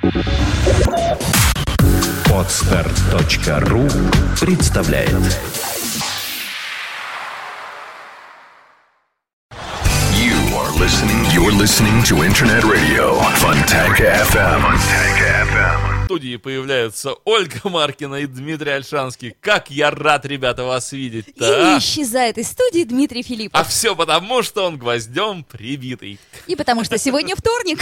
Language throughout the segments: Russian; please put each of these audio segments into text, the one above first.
Podster.ru представляет. You're listening to Internet Radio Fontanka FM. В студии появляются Ольга Маркина и Дмитрий Ольшанский. Как я рад, ребята, вас видеть-то. И исчезает из студии Дмитрий Филиппов. А все потому, что он гвоздем прибитый. И потому что сегодня вторник.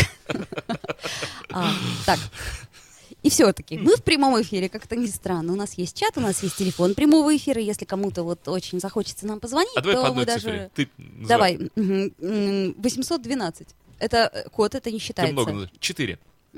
Так. И все-таки мы в прямом эфире, как-то не странно. У нас есть чат, у нас есть телефон прямого эфира. Если кому-то вот очень захочется нам позвонить, А давай по то одной мы цифре. даже... Давай. 812. Это код, это не Ты считается. много. 4.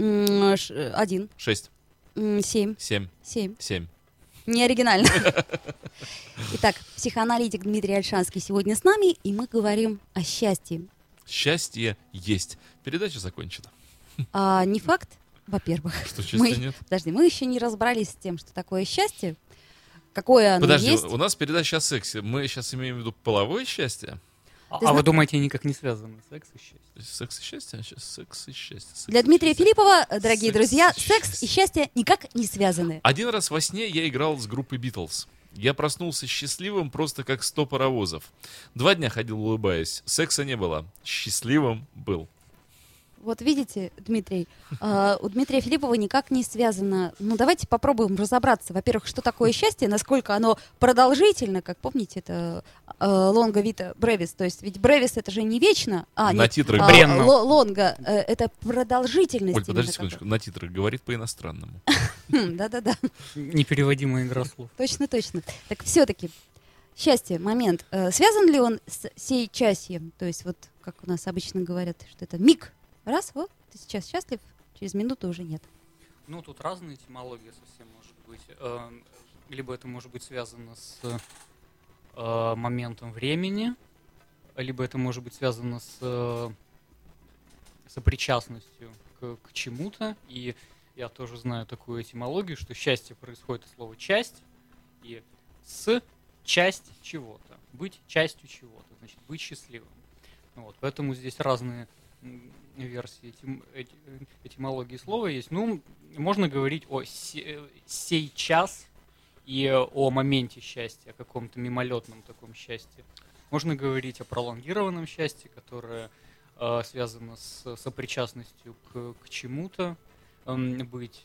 1. 6. 7. 7. 7. 7. Не оригинально. Итак, психоаналитик Дмитрий Ольшанский сегодня с нами, и мы говорим о счастье. Счастье есть. Передача закончена. Не факт, во-первых. Что, счастья нет? Подожди, мы еще не разобрались с тем, что такое счастье, какое оно Подожди, есть. у нас передача о сексе. Мы сейчас имеем в виду половое счастье? Ты вы думаете, никак не связаны секс и счастье? Секс и счастье? Сейчас секс и счастье. Секс Для и Дмитрия счастье. Филиппова, дорогие Секс друзья, и секс счастье. и счастье никак не связаны. Один раз во сне я играл с группой Битлз. Я проснулся счастливым, просто как 100 паровозов. 2 дня ходил, улыбаясь. Секса не было. Счастливым был. Вот видите, Дмитрий, у Дмитрия Филиппова никак не связано. Ну, давайте попробуем разобраться. Во-первых, что такое счастье, насколько оно продолжительно, как помните, это лонга вита бревис. То есть ведь бревис это же не вечно. На титрах бренно. Лонга это продолжительность. Оль, подожди именно секундочку. На титрах говорит по-иностранному. Да-да-да. Непереводимая игра слов. Точно. Так все-таки счастье, момент. Связан ли он с сейчасьем? То есть вот, как у нас обычно говорят, что это миг. Раз, вот, ты сейчас счастлив, через минуту уже нет. Ну, тут разные этимологии совсем может быть. Либо это может быть связано с моментом времени, либо это может быть связано с сопричастностью к чему-то. И я тоже знаю такую этимологию, что счастье происходит от слова «часть» и с часть чего-то. Быть частью чего-то, значит, быть счастливым. Вот, поэтому здесь разные версии этимологии слова есть. Ну, можно говорить о сейчас и о моменте счастья, о каком-то мимолетном таком счастье. Можно говорить о пролонгированном счастье, которое связано с сопричастностью к чему-то, быть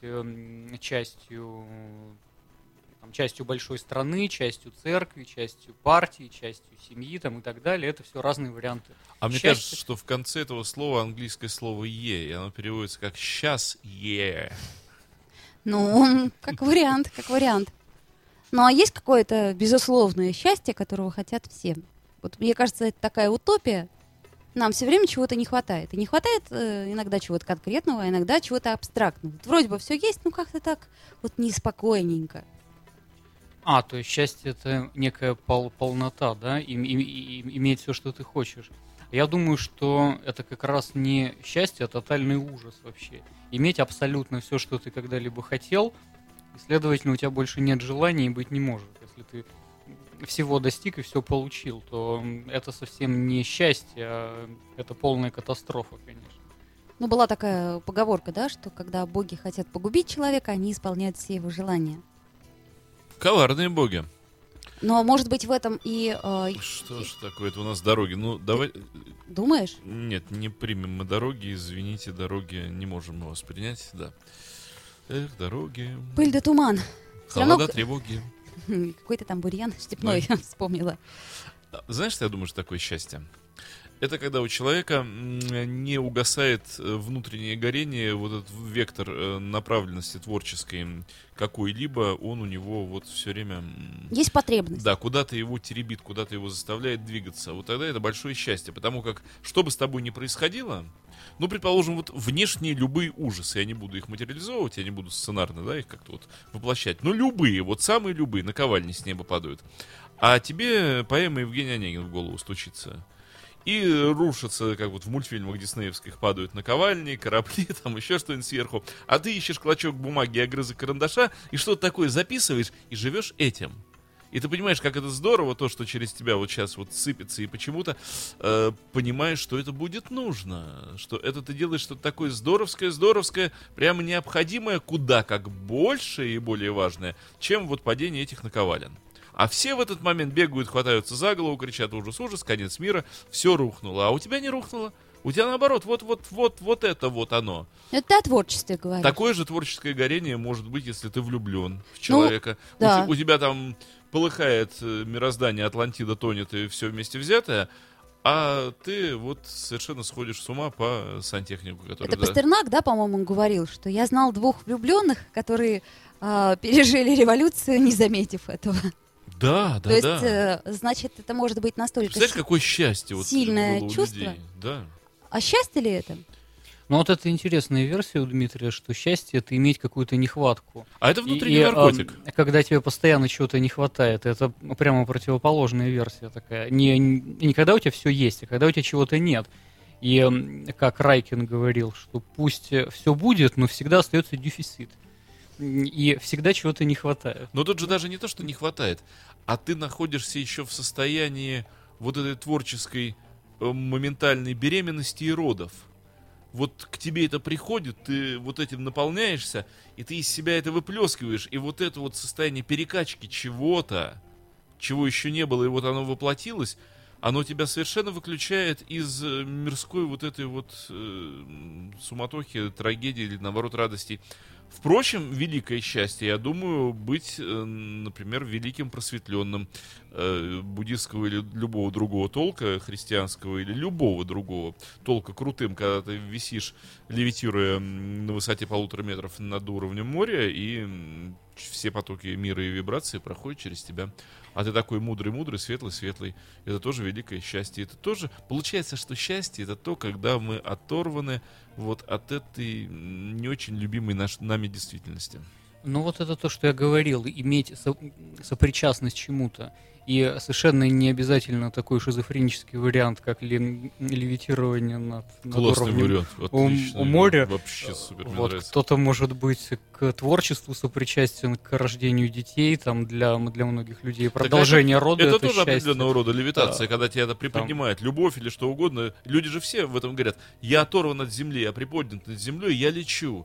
частью большой страны, частью церкви, частью партии, частью семьи там, и так далее. Это все разные варианты. А мне счастья. кажется, что в конце этого слова английское слово «е», и оно переводится как «щас е». Ну, как вариант. Ну, а есть какое-то безусловное счастье, которого хотят все? Вот мне кажется, это такая утопия. Нам все время чего-то не хватает. И не хватает иногда чего-то конкретного, а иногда чего-то абстрактного. Вот вроде бы все есть, но как-то так вот неспокойненько. То есть счастье — это некая полнота, да, и иметь все, что ты хочешь. Я думаю, что это как раз не счастье, а тотальный ужас вообще. Иметь абсолютно все, что ты когда-либо хотел, и, следовательно, у тебя больше нет желания и быть не может. Если ты всего достиг и все получил, то это совсем не счастье, а это полная катастрофа, конечно. Ну, была такая поговорка, да, что когда боги хотят погубить человека, они исполняют все его желания. Коварные боги. Но, может быть, в этом и... Что ж такое? Это у нас дороги. Ну, давай... Думаешь? Нет, не примем мы дороги. Извините, дороги не можем мы вас принять. Да. Эх, дороги. Пыль да туман. Всё Холода, равно... тревоги. Какой-то там бурьян степной, вспомнила. Знаешь, что я думаю, что такое счастье? Это когда у человека не угасает внутреннее горение, вот этот вектор направленности творческой какой-либо, он у него вот все время... Есть потребность. Да, куда-то его теребит, куда-то его заставляет двигаться. Вот тогда это большое счастье, потому как, что бы с тобой ни происходило, ну, предположим, вот внешние любые ужасы, я не буду их материализовывать, я не буду сценарно, да, их как-то вот воплощать, но любые, вот самые любые, наковальни с неба падают. А тебе поэма Евгения Онегина в голову стучится. И рушатся, как вот в мультфильмах диснеевских, падают наковальни, корабли, там еще что-нибудь сверху. А ты ищешь клочок бумаги и огрызок карандаша, и что-то такое записываешь, и живешь этим. И ты понимаешь, как это здорово, то, что через тебя вот сейчас вот сыпется, и почему-то понимаешь, что это будет нужно, что это ты делаешь что-то такое здоровское, прямо необходимое, куда как больше и более важное, чем вот падение этих наковален. А все в этот момент бегают, хватаются за голову, кричат ужас, конец мира, все рухнуло. А у тебя не рухнуло. У тебя наоборот, вот это вот оно. Это ты о творчестве говоришь. Такое же творческое горение может быть, если ты влюблен в человека. Да. У тебя там полыхает мироздание, Атлантида тонет и все вместе взятое, а ты вот совершенно сходишь с ума по сантехнику, который... Это Пастернак, да, по-моему, говорил, что я знал двух влюбленных, которые пережили революцию, не заметив этого. Да. То есть, значит, это может быть настолько Представляешь, какое счастье вот сильное было у чувство. людей. Да. А счастье ли это? Ну вот это интересная версия у Дмитрия, что счастье — это иметь какую-то нехватку. А это внутренний наркотик. Когда тебе постоянно чего-то не хватает, это прямо противоположная версия такая. Не когда у тебя все есть, а когда у тебя чего-то нет. И как Райкин говорил, что пусть все будет, но всегда остается дефицит. И всегда чего-то не хватает. Но тут же даже не то, что не хватает, а ты находишься еще в состоянии вот этой творческой моментальной беременности и родов. Вот к тебе это приходит, ты вот этим наполняешься, и ты из себя это выплескиваешь, и вот это вот состояние перекачки чего-то, чего еще не было, и вот оно воплотилось, оно тебя совершенно выключает из мирской вот этой вот суматохи, трагедии или, наоборот, радостей. Впрочем, великое счастье, я думаю, быть, например, великим просветленным буддистского или любого другого толка, христианского или любого другого толка крутым, когда ты висишь, левитируя на высоте 1,5 метров над уровнем моря, и все потоки мира и вибрации проходят через тебя. А ты такой мудрый, светлый. Это тоже великое счастье. Это тоже, получается, что счастье — это то, когда мы оторваны вот от этой не очень любимой нами действительности. Ну вот это то, что я говорил, иметь сопричастность чему-то. И совершенно не обязательно такой шизофренический вариант, как левитирование над Классный уровнем вариант, отлично. у моря. Вообще супер, мне Вот нравится. кто-то может быть к творчеству сопричастен, к рождению детей, там для многих людей продолжение рода. Это это тоже счастье. определенного рода левитация, Да. когда тебя это приподнимает, любовь или что угодно. Люди же все в этом говорят: я оторван от земли, я приподнят над землей, я лечу.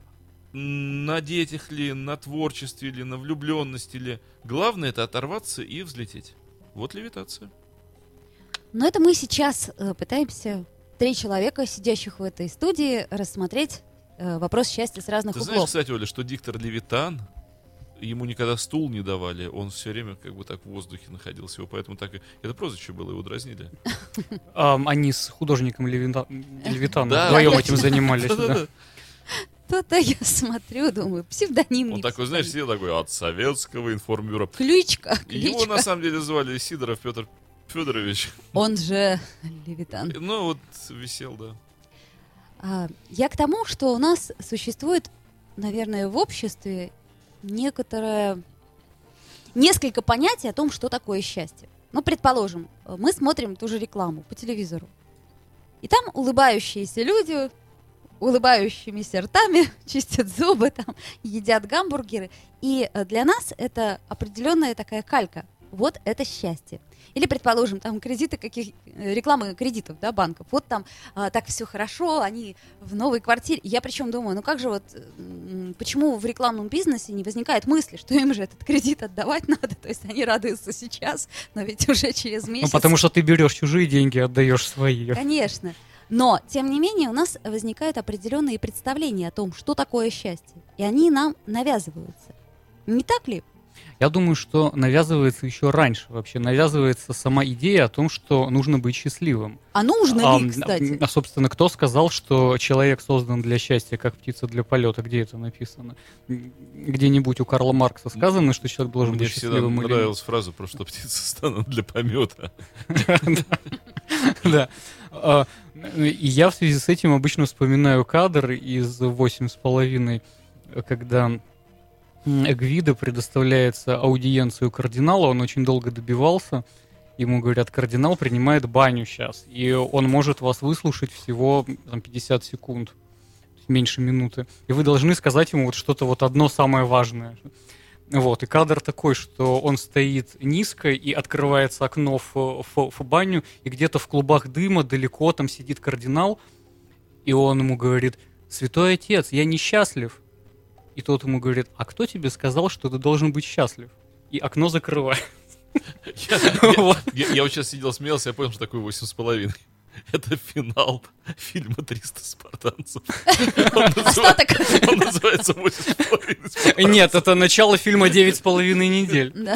На детях ли, на творчестве ли, на влюбленности ли. Главное — это оторваться и взлететь. Вот левитация. Но это мы сейчас пытаемся, 3 человека, сидящих в этой студии, рассмотреть вопрос счастья с разных Ты углов. знаешь, кстати, Оля, что диктор Левитан, ему никогда стул не давали, он все время как бы так в воздухе находился, его поэтому так и... Это прозвище было, его дразнили. Они с художником Левитаном Да. вдвоем этим занимались. да. Да-да-да. То-то я смотрю, думаю, псевдоним. Он не такой, знаешь, сидел такой от советского информбюро. Кличка. Его на самом деле звали Сидоров Петр Федорович. Он же Левитан. Ну вот висел, да. Я к тому, что у нас существует, наверное, в обществе несколько понятий о том, что такое счастье. Ну, предположим, мы смотрим ту же рекламу по телевизору. И там улыбающиеся люди, улыбающимися ртами чистят зубы, там, едят гамбургеры. И для нас это определенная такая калька. Вот это счастье. Или, предположим, там рекламы кредитов, да, банков. Вот там так все хорошо, они в новой квартире. Я причем думаю, ну как же вот, почему в рекламном бизнесе не возникает мысли, что им же этот кредит отдавать надо? То есть они радуются сейчас, но ведь уже через месяц. Ну, потому что ты берешь чужие деньги и отдаешь свои. Конечно. Но, тем не менее, у нас возникают определенные представления о том, что такое счастье. И они нам навязываются. Не так ли? Я думаю, что навязывается еще раньше вообще. Навязывается сама идея о том, что нужно быть счастливым. А нужно ли, кстати? А, собственно, кто сказал, что человек создан для счастья, как птица для полета? Где это написано? Где-нибудь у Карла Маркса сказано, что человек должен Мне быть всегда счастливым или нет? нравилась фраза про что птицы станут для помета. Да. И я в связи с этим обычно вспоминаю кадр из «8,5», когда Гвидо предоставляется аудиенцию кардинала, он очень долго добивался. Ему говорят, кардинал принимает баню сейчас, и он может вас выслушать всего 50 секунд, меньше минуты. И вы должны сказать ему вот что-то вот одно самое важное. Вот, и кадр такой, что он стоит низко, и открывается окно в баню, и где-то в клубах дыма далеко там сидит кардинал, и он ему говорит: «Святой отец, я несчастлив». И тот ему говорит: «А кто тебе сказал, что ты должен быть счастлив?» И окно закрывает. Я вот сейчас сидел, смеялся, я понял, что такое 8,5. Это финал фильма «300 спартанцев». Он называется «8,5 спартанцев». Нет, это начало фильма «9,5 недель». Да.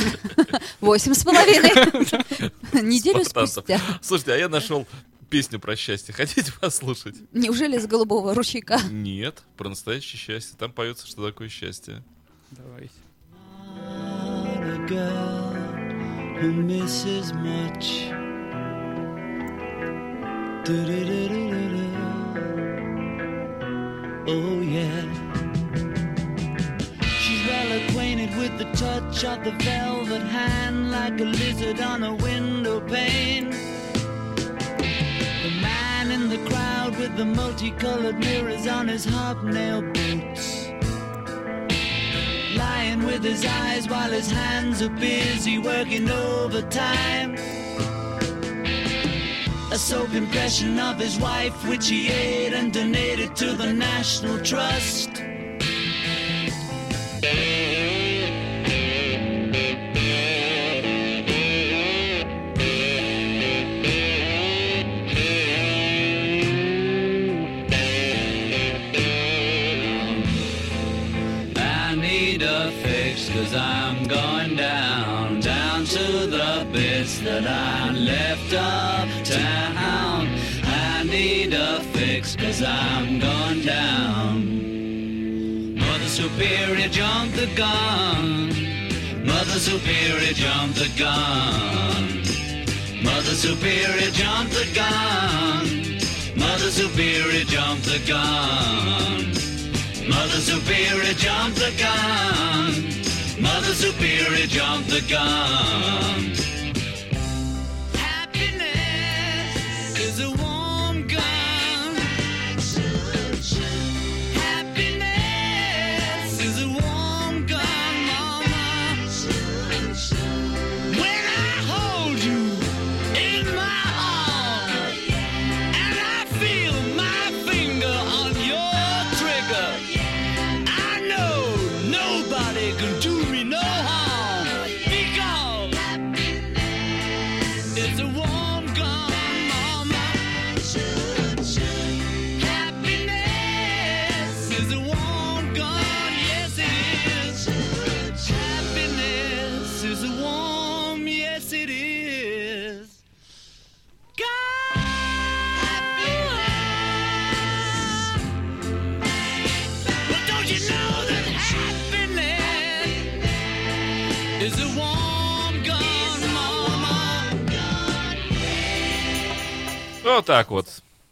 8,5. Неделю спустя. Слушайте, а я нашел песню про счастье. Хотите послушать? Неужели с голубого ручейка? Нет, про настоящее счастье. Там поется, что такое счастье. Давайте. Oh yeah. She's well acquainted with the touch of the velvet hand, like a lizard on a window pane. The man in the crowd with the multicolored mirrors on his hobnail boots, lying with his eyes while his hands are busy working overtime. A soap impression of his wife, which he ate and donated to the National Trust. I need a fix, 'cause I'm going down, down to the bits that I left uptown. I need a fix, 'cause I'm going down. Mother Superior jumped the gun. Mother Superior jumped the gun. Mother Superior jumped the gun. Mother Superior jumped the gun. Mother Superior jumped the gun. Mother Superior jumped the gun. Happiness is a warm gun. Happiness is a warm gun, mama. When I hold you in my arms and I feel my finger on your trigger, I know nobody can do me no harm, because it's a warm gun, mama. Happiness is a warm gun, yes it is. Happiness is a warm, yes it is. God, happiness. But don't you know that happiness is a warm gun, mama? Вот так вот.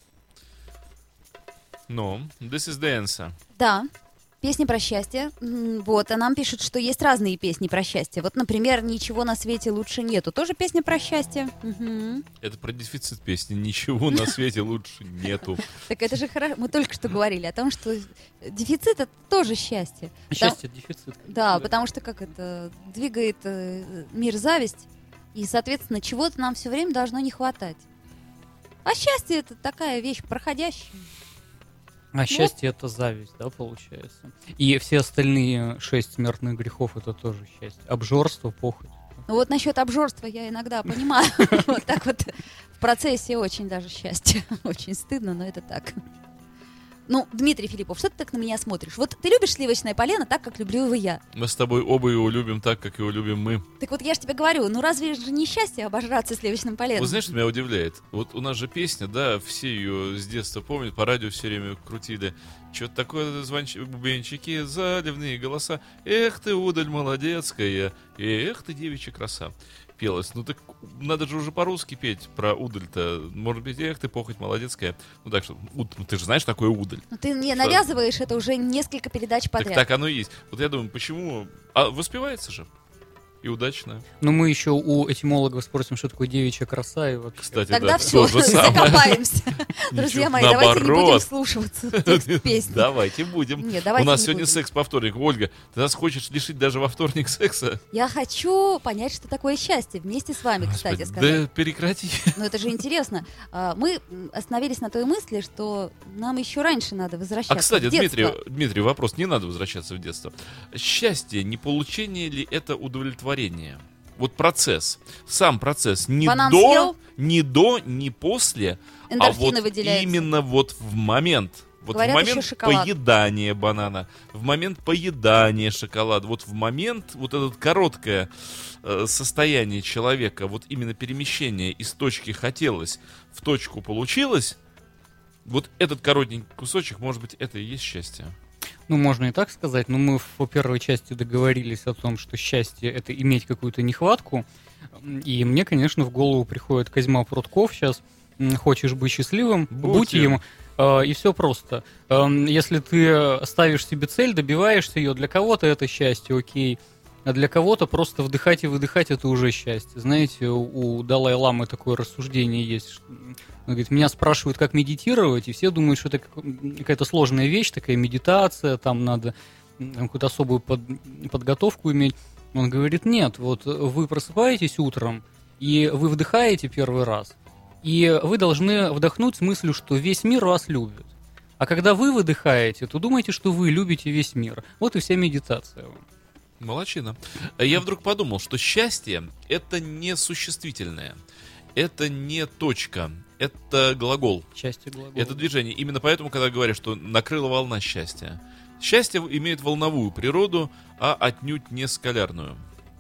Ну, this is the answer. Да, песни про счастье. Вот, а нам пишут, что есть разные песни про счастье. Вот, например, «Ничего на свете лучше нету». Тоже песня про счастье. Мгм. Это про дефицит песни. Ничего на свете лучше нету. Так это же хорошо. Мы только что говорили о том, что дефицит — это тоже счастье. Счастье, дефицит. Да, потому что как это двигает мир зависть, и, соответственно, чего-то нам все время должно не хватать. А счастье — это такая вещь проходящая. А счастье — это зависть, да, получается? И все остальные 6 смертных грехов — это тоже счастье. Обжорство, похоть. Ну вот насчет обжорства я иногда понимаю. Вот так вот в процессе очень даже счастье. Очень стыдно, но это так. Ну, Дмитрий Филиппов, что ты так на меня смотришь? Вот ты любишь сливочное полено так, как люблю его я. Мы с тобой оба его любим так, как его любим мы. Так вот я же тебе говорю, ну разве же не счастье обожраться сливочным поленом? Вот знаешь, что меня удивляет? Вот у нас же песня, да, все ее с детства помнят, по радио все время крутили. Что-то такое, бубенчики, заливные голоса. Эх ты, удаль молодецкая, эх ты, девичья краса. Пелось. Ну так надо же уже по-русски петь про удаль-то. Может быть, эх ты, похоть молодецкая. Ну так что, ну, ты же знаешь, что такое удаль. Ну ты мне навязываешь это уже несколько передач подряд. Так оно и есть. Вот я думаю, почему... А воспевается же. и удачно. Но мы еще у этимологов спросим, что такое девичья краса. И вообще. Кстати, Тогда да, все, то же самое. закопаемся. Друзья мои, давайте не будем Наоборот. вслушиваться в текст песни. Давайте будем. Нет, У давайте нас не сегодня будем. секс по вторникам. Ольга, ты нас хочешь лишить даже во вторник секса? Я хочу понять, что такое счастье. Вместе с вами, кстати, Господи, сказать. да прекрати. Но это же интересно. Мы остановились на той мысли, что нам еще раньше надо возвращаться А, кстати, в детство. Дмитрий, вопрос, не надо возвращаться в детство. Счастье, не получение ли это удовлетворение? Вот процесс, сам процесс, не Банан до, съел? не после, а Эндорфины вот выделяются. именно вот в момент. Вот Говорят, в еще момент шоколад. поедания банана, в момент поедания шоколада, вот в момент вот это короткое состояние человека, вот именно перемещение из точки хотелось в точку получилось, вот этот коротенький кусочек, может быть, это и есть счастье. Ну, можно и так сказать, но мы в первой части договорились о том, что счастье — это иметь какую-то нехватку. И мне, конечно, в голову приходит Козьма Прутков сейчас. Хочешь быть счастливым, будь им. И все просто. Если ты ставишь себе цель, добиваешься ее, для кого-то это счастье, окей. А для кого-то просто вдыхать и выдыхать — это уже счастье. Знаете, у Далай-ламы такое рассуждение есть. Что, он говорит, меня спрашивают, как медитировать, и все думают, что это какая-то сложная вещь, такая медитация, там надо какую-то особую подготовку иметь. Он говорит, нет, вот вы просыпаетесь утром, и вы вдыхаете первый раз, и вы должны вдохнуть с мыслью, что весь мир вас любит. А когда вы выдыхаете, то думайте, что вы любите весь мир. Вот и вся медитация вам. Молодчина. Я вдруг подумал, что счастье — это не существительное, это не точка, это глагол, Счастье глагола. это движение. Именно поэтому, когда говорят, что накрыла волна счастья, счастье имеет волновую природу, а отнюдь не скалярную.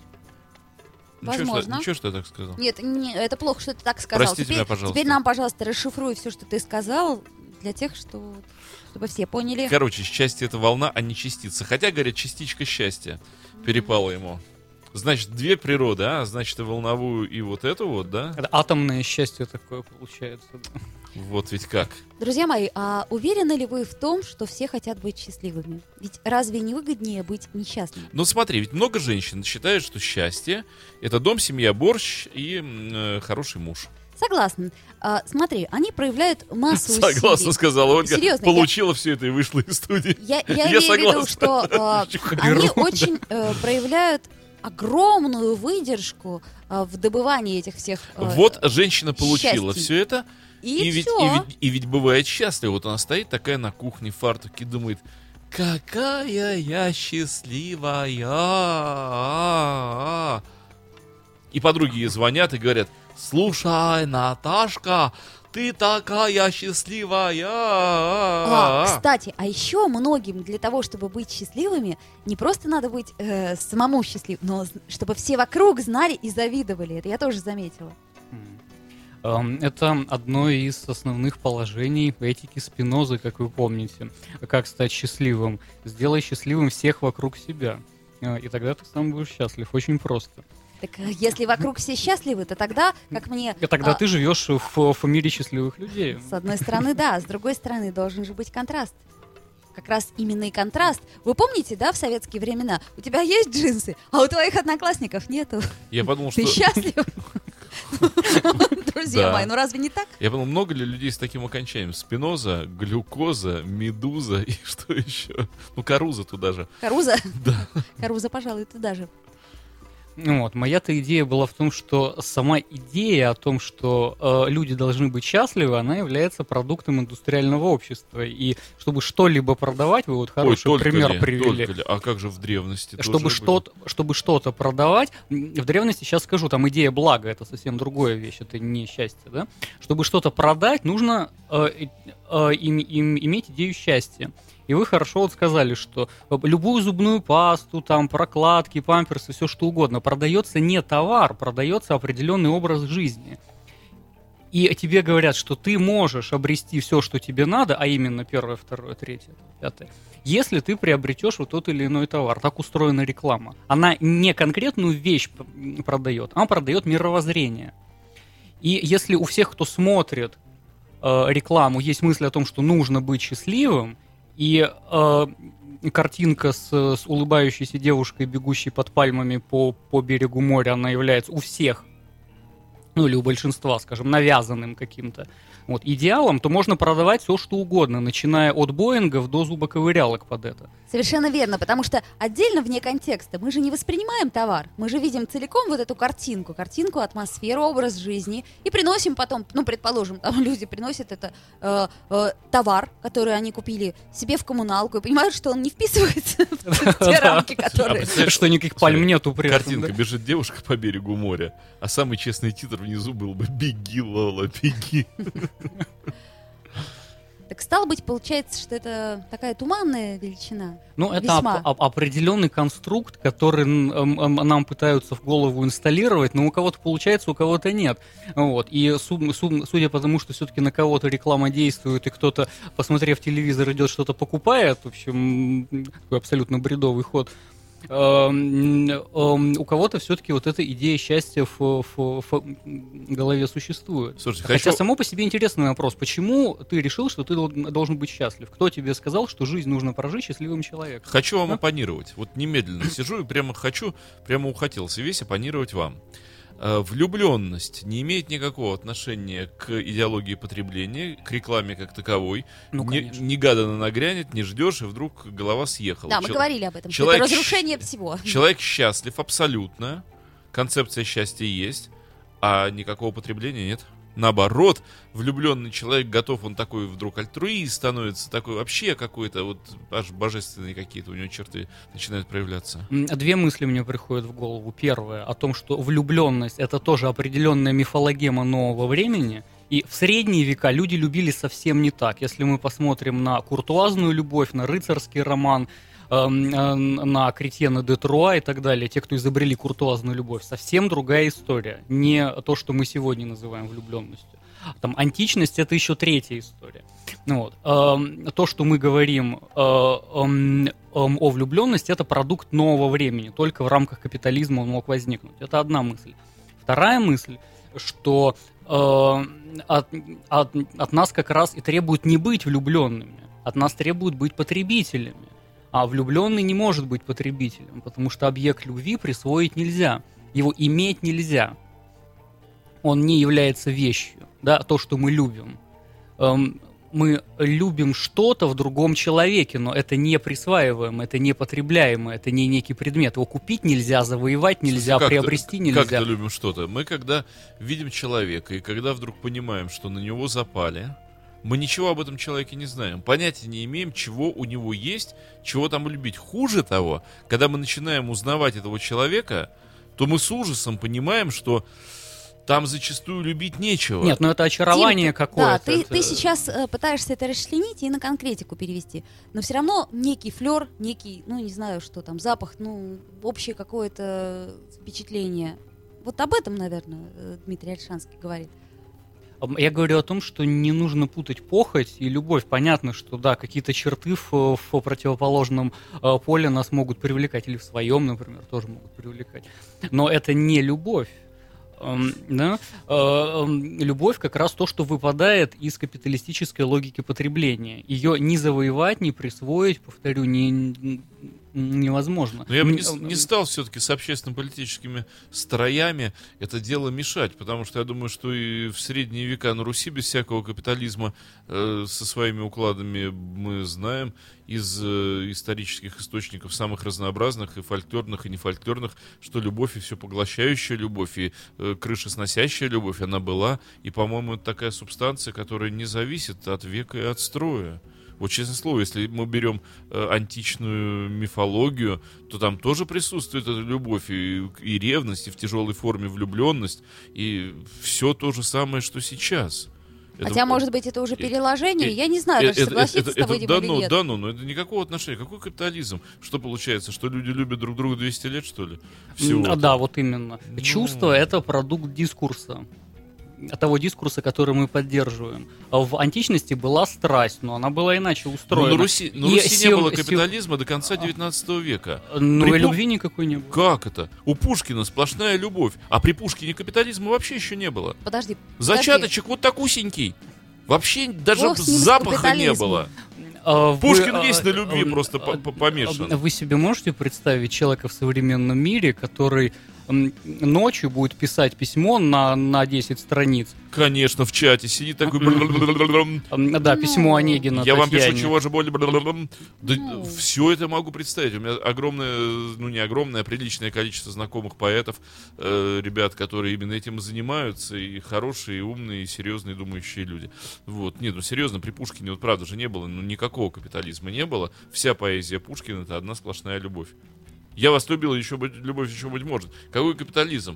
Возможно. Ничего, что я так сказал? Нет, это плохо, что ты так сказал. Простите меня, пожалуйста. Теперь нам, пожалуйста, расшифруй все, что ты сказал, для тех, чтобы все поняли. Короче, счастье — это волна, а не частица. Хотя, говорят, частичка счастья перепала ему. Значит, две природы, значит, и волновую, и вот эту вот, да? Это атомное счастье такое получается. Да. Вот ведь как. Друзья мои, а уверены ли вы в том, что все хотят быть счастливыми? Ведь разве не выгоднее быть несчастным? Ну смотри, ведь много женщин считают, что счастье — это дом, семья, борщ и хороший муж. Согласна. Смотри, они проявляют массу усилий. Согласна, сказала Ольга. Серьезно, Получила все это и вышла из студии. Я имею в виду, согласна. что они очень проявляют огромную выдержку в добывании этих всех Вот женщина получила счастий. все это, и ведь, все. и ведь бывает счастлива. Вот она стоит такая на кухне в фартуке, думает, какая я счастливая. И подруги ей звонят и говорят, слушай, Наташка, ты такая счастливая. Кстати, а еще многим для того, чтобы быть счастливыми, не просто надо быть самому счастливым, но чтобы все вокруг знали и завидовали. Это я тоже заметила. Это одно из основных положений этики Спинозы, как вы помните. Как стать счастливым? Сделай счастливым всех вокруг себя. И тогда ты сам будешь счастлив. Очень просто. Так если вокруг все счастливы, то тогда, как мне... И тогда ты живешь в мире счастливых людей. С одной стороны, да, с другой стороны, должен же быть контраст. Как раз именно и контраст. Вы помните, да, в советские времена? У тебя есть джинсы, а у твоих одноклассников нету. Я подумал, что... Ты счастлив? Друзья Да. мои, ну разве не так? Я подумал, много ли людей с таким окончанием? Спиноза, глюкоза, медуза и что еще? Ну, Каруза туда же. Каруза? Да. Каруза, пожалуй, туда же. Вот. Моя-то идея была в том, что сама идея о том, что люди должны быть счастливы, она является продуктом индустриального общества. И чтобы что-либо продавать, вы вот хороший пример привели. Только ли. А как же в древности? Чтобы что-то продавать, в древности, сейчас скажу, там идея блага, это совсем другая вещь, это не счастье, да? Чтобы что-то продать, нужно иметь идею счастья. И вы хорошо вот сказали, что любую зубную пасту, там, прокладки, памперсы, все что угодно, продается не товар, продается определенный образ жизни. И тебе говорят, что ты можешь обрести все, что тебе надо, а именно первое, второе, третье, пятое, если ты приобретешь вот тот или иной товар. Так устроена реклама. Она не конкретную вещь продает, она продает мировоззрение. И если у всех, кто смотрит рекламу, есть мысль о том, что нужно быть счастливым, и картинка с улыбающейся девушкой, бегущей под пальмами по берегу моря, она является у всех, ну или у большинства, скажем, навязанным каким-то идеалом, то можно продавать все, что угодно, начиная от Боингов до зубоковырялок под это. Совершенно верно, потому что отдельно вне контекста мы же не воспринимаем товар, мы же видим целиком вот эту картинку, атмосферу, образ жизни, и приносим потом, ну, предположим, там люди приносят это товар, который они купили себе в коммуналку, и понимают, что он не вписывается в те рамки, которые... Что никаких пальм нету при этом. Картинка, бежит девушка по берегу моря, а самый честный титр внизу был бы «Беги, Лола, беги». Так стало быть, получается, что это такая туманная величина. Ну, это Весьма. определенный конструкт, который нам пытаются в голову инсталлировать, но у кого-то получается, у кого-то нет. Вот. И судя по тому, что все-таки на кого-то реклама действует, и кто-то, посмотрев телевизор, идет что-то покупает, в общем, такой абсолютно бредовый ход, у кого-то все-таки вот эта идея счастья в голове существует. Слушайте, Хотя само по себе интересный вопрос. Почему ты решил, что ты должен быть счастлив? Кто тебе сказал, что жизнь нужно прожить счастливым человеком? Хочу вам оппонировать. Вот немедленно сижу и прямо ухотелся весь оппонировать вам. Влюбленность не имеет никакого отношения к идеологии потребления, к рекламе как таковой. Ну, конечно. Негаданно нагрянет, не ждешь, и вдруг голова съехала. Да, мы говорили об этом, что человек это разрушение всего. Человек счастлив абсолютно, концепция счастья есть, а никакого потребления нет. Наоборот, влюбленный человек готов, он такой вдруг альтруист становится, такой вообще какой-то, вот аж божественные какие-то у него черты начинают проявляться. Две мысли мне приходят в голову. Первое, о том, что влюбленность — это тоже определенная мифологема нового времени, и в средние века люди любили совсем не так. Если мы посмотрим на куртуазную любовь, на рыцарский роман, на Кретьена де Труа и так далее, те, кто изобрели куртуазную любовь, совсем другая история. Не то, что мы сегодня называем влюбленностью. Там античность — это еще третья история. Вот. То, что мы говорим о влюбленности, это продукт нового времени. Только в рамках капитализма он мог возникнуть. Это одна мысль. Вторая мысль, что от нас как раз и требуют не быть влюбленными. От нас требуют быть потребителями. А влюбленный не может быть потребителем, потому что объект любви присвоить нельзя, его иметь нельзя. Он не является вещью, да, то, что мы любим. Мы любим что-то в другом человеке, но это не присваиваемо, это не потребляемо, это не некий предмет. Его купить нельзя, завоевать нельзя, приобрести нельзя. Как-то любим что-то. Мы когда видим человека, и когда вдруг понимаем, что на него запали, мы ничего об этом человеке не знаем, понятия не имеем, чего у него есть, чего там любить. Хуже того, когда мы начинаем узнавать этого человека, то мы с ужасом понимаем, что там зачастую любить нечего. Нет, ну это очарование Дим, какое-то. Да, ты сейчас пытаешься это расчленить и на конкретику перевести. Но все равно некий флер, некий, ну не знаю, что там, запах, ну общее какое-то впечатление. Вот об этом, наверное, Дмитрий Ольшанский говорит. Я говорю о том, что не нужно путать похоть и любовь. Понятно, что да, какие-то черты в противоположном поле нас могут привлекать, или в своем, например, тоже могут привлекать. Но это не любовь. Да? Любовь как раз то, что выпадает из капиталистической логики потребления. Ее не завоевать, не присвоить, повторю, невозможно. Но я бы не стал все-таки с общественно-политическими строями это дело мешать, потому что я думаю, что и в средние века на Руси без всякого капитализма со своими укладами мы знаем из исторических источников самых разнообразных, и фольклорных, и нефольклорных, что любовь, и все поглощающая любовь, и крышесносящая любовь, она была, и, по-моему, это такая субстанция, которая не зависит от века и от строя. Вот, честное слово, если мы берем античную мифологию, то там тоже присутствует эта любовь и ревность, и в тяжелой форме влюбленность, и все то же самое, что сейчас. Хотя, может быть, это уже переложение. Я не знаю, даже согласиться с тобой, Дима, или нет. Но это никакого отношения. Какой капитализм? Что получается? Что люди любят друг друга 200 лет, что ли? Да, вот именно. Чувство — это продукт дискурса. Того дискурса, который мы поддерживаем. В античности была страсть, но она была иначе устроена. Но на Руси не было капитализма до конца 19 века. Ну и любви никакой не было. Как это? У Пушкина сплошная любовь, а при Пушкине капитализма вообще еще не было. Подожди. Зачаточек вот такусенький. Вообще даже запаха не было. Пушкин весь на любви просто помешан. Вы себе можете представить человека в современном мире, который ночью будет писать письмо на 10 страниц? Конечно, в чате сидит такой... Да, письмо Онегина Я вам пишу, Татьяне. чего же более... Да, все это могу представить. У меня огромное, ну не огромное, а приличное количество знакомых поэтов, ребят, которые именно этим и занимаются, и хорошие, и умные, и серьезные, думающие люди. Вот. Нет, ну серьезно, при Пушкине, вот правда же не было, ну никакого капитализма не было. Вся поэзия Пушкина — это одна сплошная любовь. Я вас любил, любовь еще быть может. Какой капитализм?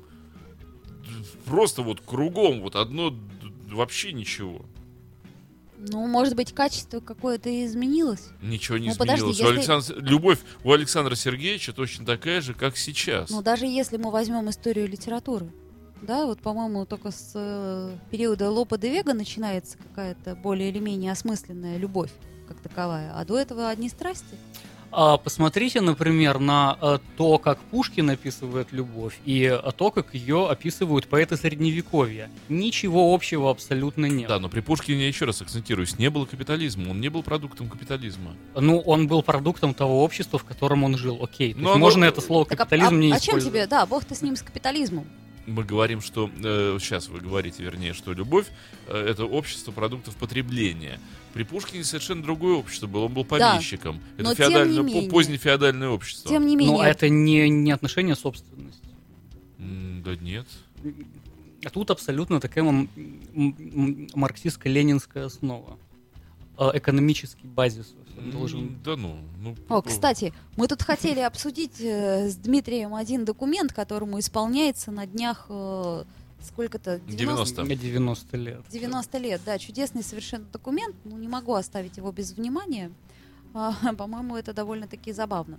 Просто вот кругом, вот одно, вообще ничего. Ну, может быть, качество какое-то изменилось? Ничего не Ну, подожди, изменилось. если- Любовь у Александра Сергеевича точно такая же, как сейчас. Ну, даже если мы возьмем историю литературы, да, вот, по-моему, только с периода Лопе де Вега начинается какая-то более или менее осмысленная любовь как таковая, а до этого одни страсти. Посмотрите, например, на то, как Пушкин описывает любовь, и то, как ее описывают поэты Средневековья. Ничего общего абсолютно нет. Да, но при Пушкине, я еще раз акцентируюсь, не было капитализма, он не был продуктом капитализма. Ну, он был продуктом того общества, в котором он жил. Окей, то Но есть оно- можно это слово Так, капитализм не чем использовать. тебе, да, бог ты с ним, с капитализмом. Мы говорим, что... сейчас вы говорите, вернее, что любовь это общество продуктов потребления. При Пушкине совершенно другое общество было, он был помещиком. но Это тем феодальное, не менее. позднефеодальное общество. Тем не менее, Но это не отношение собственности. Да нет. А тут абсолютно такая марксистско-ленинская основа. Экономический базис во всем должен. Да ну. О, кстати, мы тут хотели обсудить с Дмитрием один документ, которому исполняется на днях сколько-то 90. 90 лет. 90 лет, да, чудесный совершенно документ, ну не могу оставить его без внимания. По-моему, это довольно-таки забавно.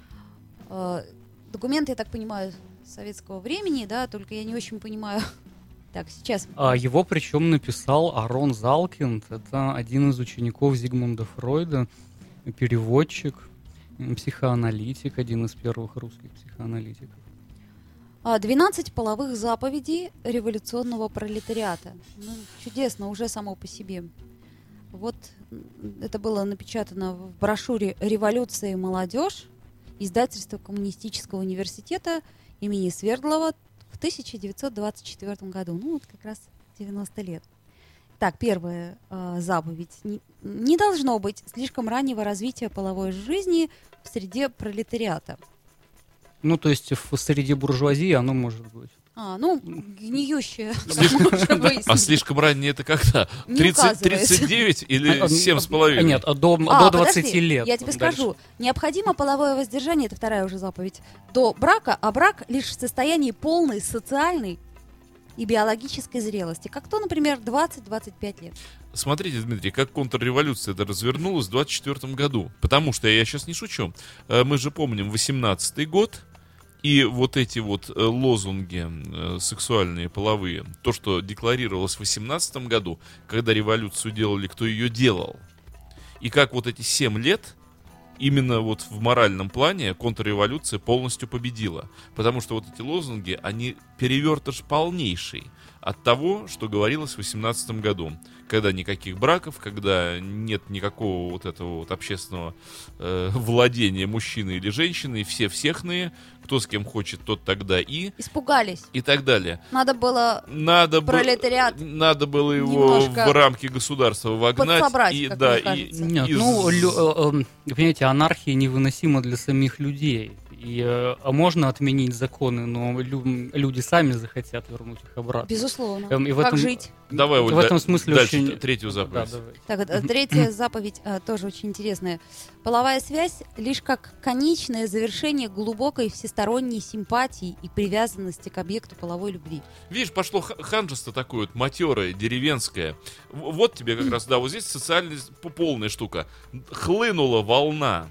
Документ, я так понимаю, советского времени, да, только я не очень понимаю. Так, сейчас. Его причем написал Арон Залкинд. Это один из учеников Зигмунда Фройда, переводчик, психоаналитик, один из первых русских психоаналитиков. 12 половых заповедей революционного пролетариата. Ну, чудесно уже само по себе. Вот это было напечатано в брошюре «Революция и молодежь», издательство Коммунистического университета имени Свердлова в 1924 году. Ну, вот как раз 90 лет. Так, первая заповедь. Не должно быть слишком раннего развития половой жизни в среде пролетариата. Ну, то есть в среде буржуазии оно может быть. Ну, гниющее. А слишком раннее это когда? Не 39 или 7,5? Нет, до 20 подожди, лет. Я тебе Дальше. скажу. Необходимо половое воздержание, это вторая уже заповедь, до брака, а брак лишь в состоянии полной социальной и биологической зрелости. Как то, например, 20-25 лет. Смотрите, Дмитрий, как контрреволюция это развернулась в 24 году. Потому что, я сейчас не шучу, мы же помним 18-й год, и вот эти вот лозунги сексуальные, половые, то, что декларировалось в 18 году, когда революцию делали, кто ее делал. И как вот эти 7 лет, именно вот в моральном плане контрреволюция полностью победила. Потому что вот эти лозунги, они перевертыш полнейший от того, что говорилось в 18 году. Когда никаких браков, когда нет никакого вот этого вот общественного владения мужчины или женщины, и все всехные, кто с кем хочет, тот тогда Испугались. и так далее. Надо было пролетариат надо было его немножко в рамки государства вогнать. подсобрать, И, как да, мне и, кажется. Нет, из- понимаете, анархия невыносима для самих людей. И можно отменить законы, но люди сами захотят вернуть их обратно. Безусловно. И в Как этом- жить? Давай, В Оль, этом смысле дальше очень... третью заповедь. Да, давай. Так, третья заповедь тоже очень интересная. Половая связь лишь как конечное завершение глубокой всесторонней симпатии и привязанности к объекту половой любви. Видишь, пошло ханжество такое вот матерое, деревенское. Вот тебе как раз, да, вот здесь социальная полная штука. Хлынула волна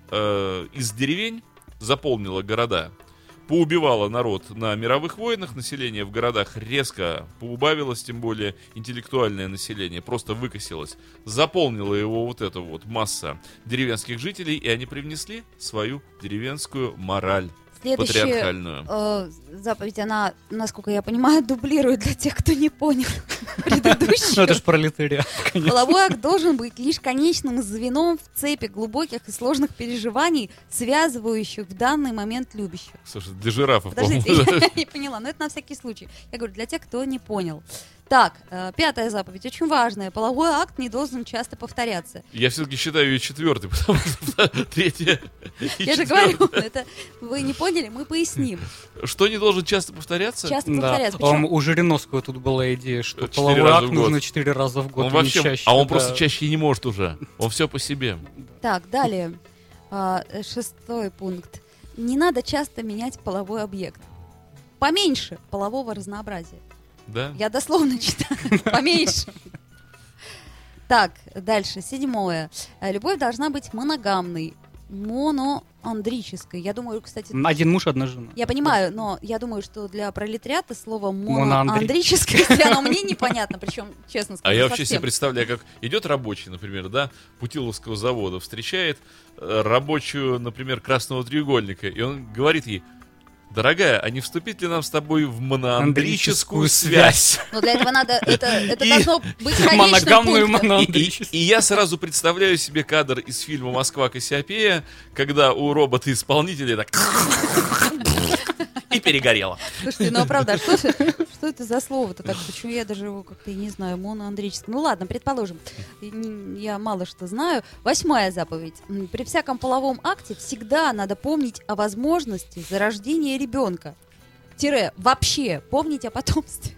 из деревень, заполнила города, поубивала народ на мировых войнах, население в городах резко поубавилось, тем более интеллектуальное население просто выкосилось, заполнила его вот эта вот масса деревенских жителей, и они привнесли свою деревенскую мораль в Следующая патриархальную. заповедь, она, насколько я понимаю, дублирует для тех, кто не понял предыдущую. Ну это ж пролетариат, конечно. Половой акт должен быть лишь конечным звеном в цепи глубоких и сложных переживаний, связывающих в данный момент любящих. Слушай, для жирафов, Подождите, по-моему. я не поняла, но это на всякий случай. Я говорю, для тех, кто не понял. Так, 5-я заповедь, очень важная. Половой акт не должен часто повторяться. Я все-таки считаю ее 4-й, потому что 3-я и Я же 4-я. говорю, это вы не поняли, мы поясним. Что не должен часто повторяться? Часто Да. повторяться. Причем У Жириновского тут была идея, что 4 половой раза акт в год. нужно 4 раза в год, Он а не вообще, чаще. а он да. просто чаще и не может уже. Он все по себе. Так, далее. 6-й пункт. Не надо часто менять половой объект. Поменьше полового разнообразия. Да? Я дословно читаю. Поменьше. Так, дальше. 7-е. Любовь должна быть моногамной, моноандрической. Я думаю, кстати... Один муж, одна жена. Я понимаю, но я думаю, что для пролетариата слово Моноандрическое. моноандрическое, если оно мне непонятно, причем, честно скажу, А я вообще себе совсем. представляю, как идет рабочий, например, да, Путиловского завода, встречает рабочую, например, Красного треугольника, и он говорит ей: дорогая, а не вступить ли нам с тобой в моноандрическую связь? Но для этого надо... Это И- должно быть конечным Моногамную пунктом. моноандрическую. И я сразу представляю себе кадр из фильма «Москва Кассиопея», когда у робота-исполнителя так... и перегорело. Слушайте, ну а правда, что это за слово-то так? Почему я даже его как-то и не знаю, моноандрическое? Ну ладно, предположим, я мало что знаю. 8-я заповедь. При всяком половом акте всегда надо помнить о возможности зарождения ребенка. Вообще помнить о потомстве.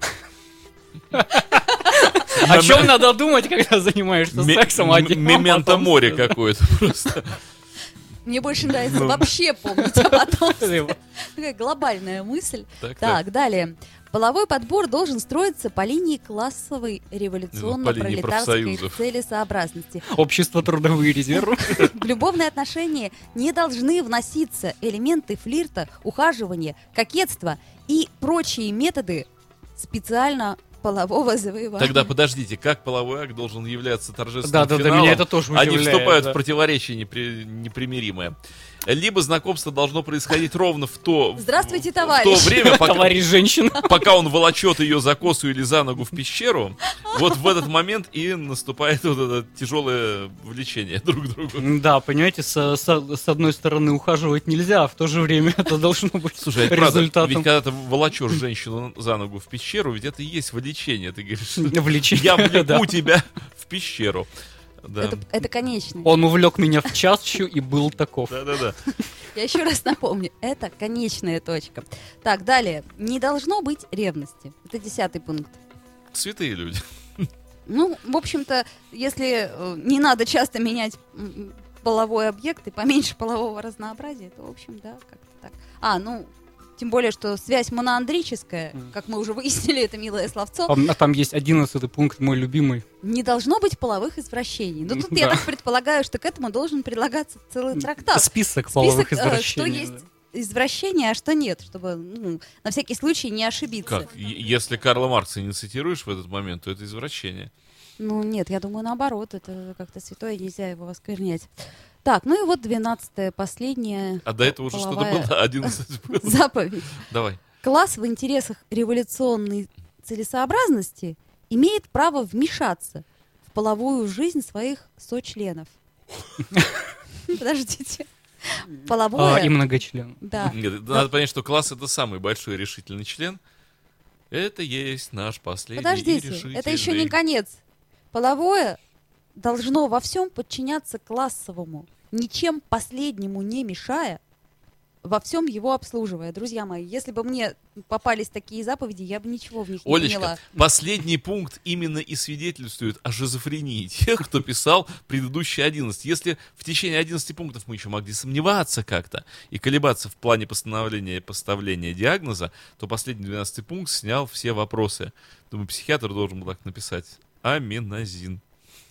О чем надо думать, когда занимаешься сексом один? Мементо море какое-то просто. Мне больше нравится Ну. вообще помнить о потомстве. Его. Такая глобальная мысль. Так. Так, далее. Половой подбор должен строиться по линии классовой Ну, по линии революционно-пролетарской профсоюзов. целесообразности. Общество трудовые резервы. В любовные отношения не должны вноситься элементы флирта, ухаживания, кокетства и прочие методы специально полового завоевания. Тогда подождите, как половой акт должен являться торжественным Да-да-да, финалом? меня это тоже Они удивляет, вступают да. в противоречие непримиримое. Либо знакомство должно происходить ровно в то... Здравствуйте, в то товарищ. время, Товарищ женщина. пока он волочет ее за косу или за ногу в пещеру, вот в этот момент и наступает вот это тяжелое влечение друг к другу. Да, понимаете, с одной стороны ухаживать нельзя, а в то же время это должно быть Слушай, это правда, ведь результатом когда ты волочешь женщину за ногу в пещеру, ведь это и есть влечение. Ты говоришь, влечения. я влеку Да. тебя в пещеру. Да. Это конечное. Он увлек меня в чащу и был таков. Да-да-да. Я еще раз напомню, это конечная точка. Так, далее. Не должно быть ревности. Это 10-й пункт. Святые люди. Ну, в общем-то, если не надо часто менять половой объект и поменьше полового разнообразия, то, в общем, да, как-то так. Тем более, что связь моноандрическая, как мы уже выяснили, это милое словцо, А там есть 11-й пункт, мой любимый. не должно быть половых извращений. Ну, тут я Да. так предполагаю, что к этому должен прилагаться целый трактат. Список половых Что извращений. есть извращение, а что нет, чтобы на всякий случай не ошибиться. Как? Если Карла Маркса не цитируешь в этот момент, то это извращение. Ну, нет, я думаю, наоборот, это как-то святое, нельзя его осквернять. Так, ну и вот 12-я, последняя А до этого уже что-то половая было? 11 было. заповедь. Давай. Класс в интересах революционной целесообразности имеет право вмешаться в половую жизнь своих сочленов. Подождите. Половое... И многочлен. Да. Нет, надо понять, что класс — это самый большой решительный член. Это есть наш последний и Подождите, решительный. это еще не конец. Половое должно во всем подчиняться классовому, ничем последнему не мешая, во всем его обслуживая. Друзья мои, если бы мне попались такие заповеди, я бы ничего в них не Олечка, поняла. последний пункт именно и свидетельствует о шизофрении тех, кто писал предыдущие 11. Если в течение 11 пунктов мы еще могли сомневаться как-то и колебаться в плане постановления и поставления диагноза, то последний 12 пункт снял все вопросы. Думаю, психиатр должен был так написать. Аминозин.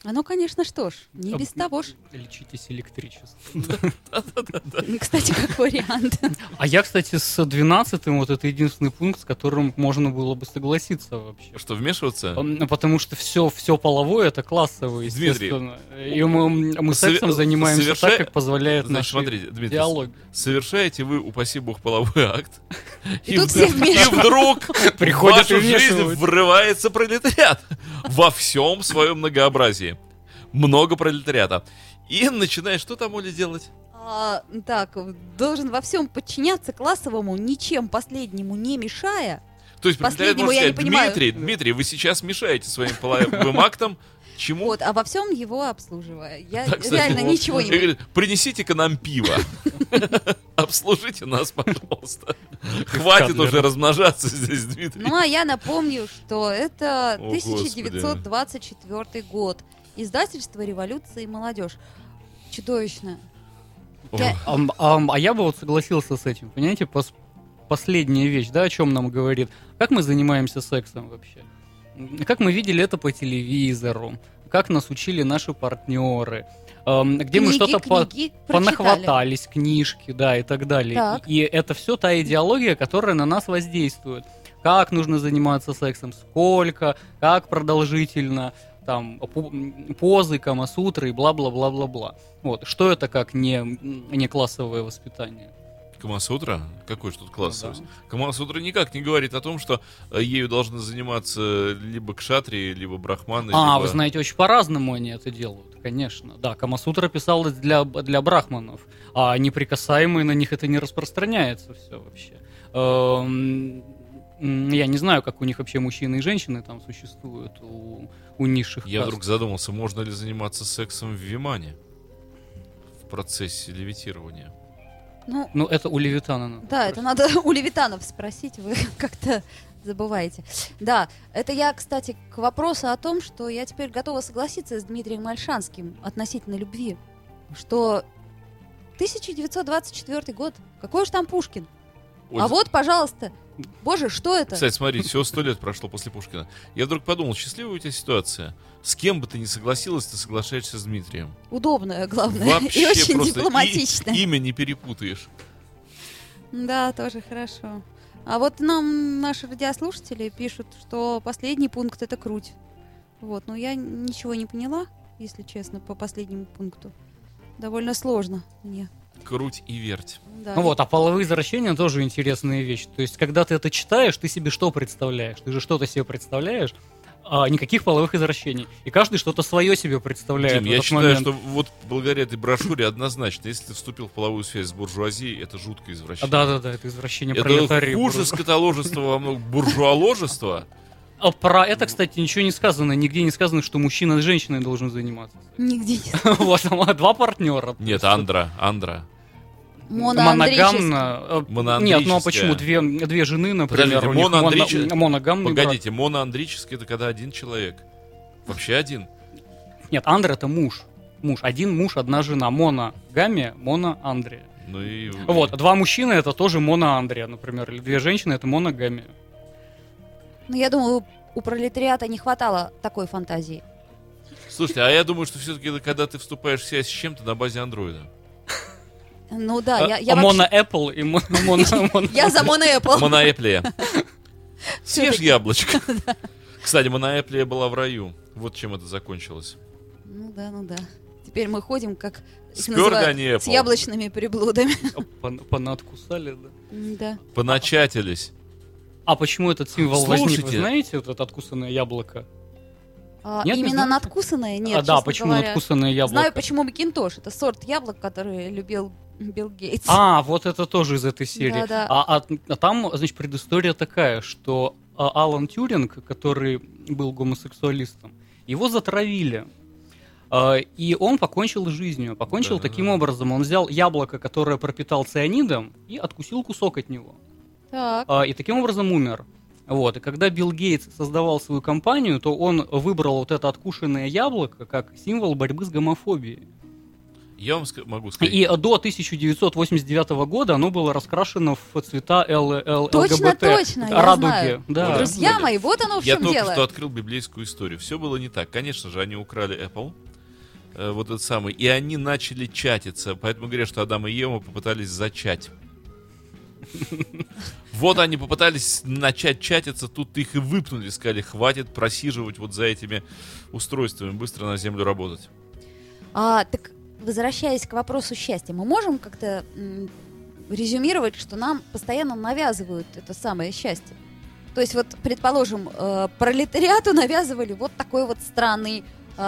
Ну, конечно, что ж, не без того ж. Лечитесь электричеством. Кстати, как вариант. А я, кстати, с 12-м, вот это единственный пункт, с которым можно было бы согласиться вообще. Что, вмешиваться? Потому что все половое — это классовое, Дмитрий, естественно. И мы сексом занимаемся так, как позволяет Значит, наша смотрите, Дмитрий, диалогия. совершаете вы, упаси бог, половой акт, И тут все вмешиваются. вдруг в Приходят вашу и жизнь вмешиваются. врывается пролетариат во всем своем многообразии. Много пролетариата. И начинает что там, Оля, делать? Так, должен во всем подчиняться классовому, ничем последнему не мешая. То есть пролетариат Последнему может я не сказать: понимаю. Дмитрий, вы сейчас мешаете своим половым актом. Чему? Вот, а во всем его обслуживая. Я Да, кстати, реально вот. ничего не И говорит: принесите-ка нам пиво. Обслужите нас, пожалуйста. Хватит уже размножаться здесь, Дмитрий. Ну, а я напомню, что это О, Господи. 1924 год. Издательство «Революция и молодежь». Чудовищно. О, А я бы вот согласился с этим. Понимаете, последняя вещь, да, о чем нам говорит. Как мы занимаемся сексом вообще? Как мы видели это по телевизору? Как нас учили наши партнеры? Где мы что-то книги понахватались, книжки, да, и так далее. Так. И это все та идеология, которая на нас воздействует. Как нужно заниматься сексом, сколько, как продолжительно, там, позы, камасутры и бла-бла-бла-бла-бла. Вот. Что это как не классовое воспитание? Камасутра? Какой же тут классовый? Ну Камасутра никак не говорит о том, что ею должны заниматься либо кшатрии, либо брахманы. А, либо... вы знаете, очень по-разному они это делают, конечно. Да, Камасутра писалась для брахманов, а неприкасаемые на них это не распространяется все вообще. Я не знаю, как у них вообще мужчины и женщины там существуют, у низших Я каст. вдруг задумался, можно ли заниматься сексом в вимане в процессе левитирования? Ну, это у Левитана надо. Да, это надо у левитанов спросить, вы как-то забываете. Да, это я, кстати, к вопросу о том, что я теперь готова согласиться с Дмитрием Ольшанским относительно любви, что 1924 год, какой уж там Пушкин. Оль, А вот, пожалуйста, боже, что это? Кстати, смотри, всего 100 лет прошло после Пушкина. Я вдруг подумал, счастливая у тебя ситуация. С кем бы ты ни согласилась, ты соглашаешься с Дмитрием. Удобное, главное, Вообще и очень просто дипломатично. имя не перепутаешь. Да, тоже хорошо. А вот нам наши радиослушатели пишут, что последний пункт — это круть. Вот, но я ничего не поняла, если честно, по последнему пункту. Довольно сложно мне. Круть и верть. Да. Ну вот, а половые извращения тоже интересная вещь. То есть, когда ты это читаешь, ты себе что представляешь? Ты же что-то себе представляешь, а никаких половых извращений. И каждый что-то свое себе представляет. Дим, в я этот считаю, момент. что вот благодаря этой брошюре однозначно, если ты вступил в половую связь с буржуазией, это жуткое извращение. Да-да-да, это извращение Это пролетарии. хуже скотоложества во много буржуаложества. А про это, кстати, ничего не сказано. Нигде не сказано, что мужчина с женщиной должен заниматься. Нигде не. Вот, там два партнера. Нет, Андра. Моногамно. Моноандрическая. Нет, ну а почему? Две жены, например, Подождите, у них моноандрическая- моногамный брак. Погодите, моноандрический — это когда один человек. Вообще один. Нет, андр — это муж. Один муж, одна жена. Моногамия, моноандрия. Ну и... Вот, два мужчины — это тоже моноандрия, например. Или две женщины — это моногамия. Ну, я думаю, у пролетариата не хватало такой фантазии. Слушайте, а я думаю, что все-таки это когда ты вступаешь в связь с чем-то на базе андроида. Ну да, я Моно вообще... Apple и моно... Я за моноэппл. Моноэплия. Съешь яблочко. Кстати, моноэплия была в раю. Вот чем это закончилось. Ну да. Теперь мы ходим, как их Сперли называют, они с Apple. яблочными приблудами. Понадкусали, да. Да. Поначателись. А почему этот символ возник? Вы Слушайте. знаете, вот это откусанное яблоко? Нет, не Именно знаете? надкусанное? Нет, Да, честно почему говоря. откусанное яблоко? Знаю, почему Макинтош. Это сорт яблок, который любил Билл Гейтс. Вот это тоже из этой серии. Да-да. А там, значит, предыстория такая, что Алан Тьюринг, который был гомосексуалистом, его затравили. И он покончил с жизнью. Покончил Да-да-да. таким образом. Он взял яблоко, которое пропитал цианидом, и откусил кусок от него. Так. И таким образом умер. Вот. И когда Билл Гейтс создавал свою компанию, то он выбрал вот это откушенное яблоко как символ борьбы с гомофобией. Я вам могу сказать. И до 1989 года оно было раскрашено в цвета Точно, ЛГБТ. точно, я радуги. знаю. Да. Друзья мои, вот оно в Я чем только дело. что открыл библейскую историю. Все было не так. Конечно же, они украли Apple, вот этот самый, и они начали чатиться. Поэтому говорят, что Адам и Ева попытались зачать. Вот они попытались начать чатиться, тут их и выпнули, сказали, хватит просиживать вот за этими устройствами, быстро на землю работать. Так, возвращаясь к вопросу счастья, мы можем как-то резюмировать, что нам постоянно навязывают это самое счастье? То есть вот, предположим, пролетариату навязывали вот такой вот странный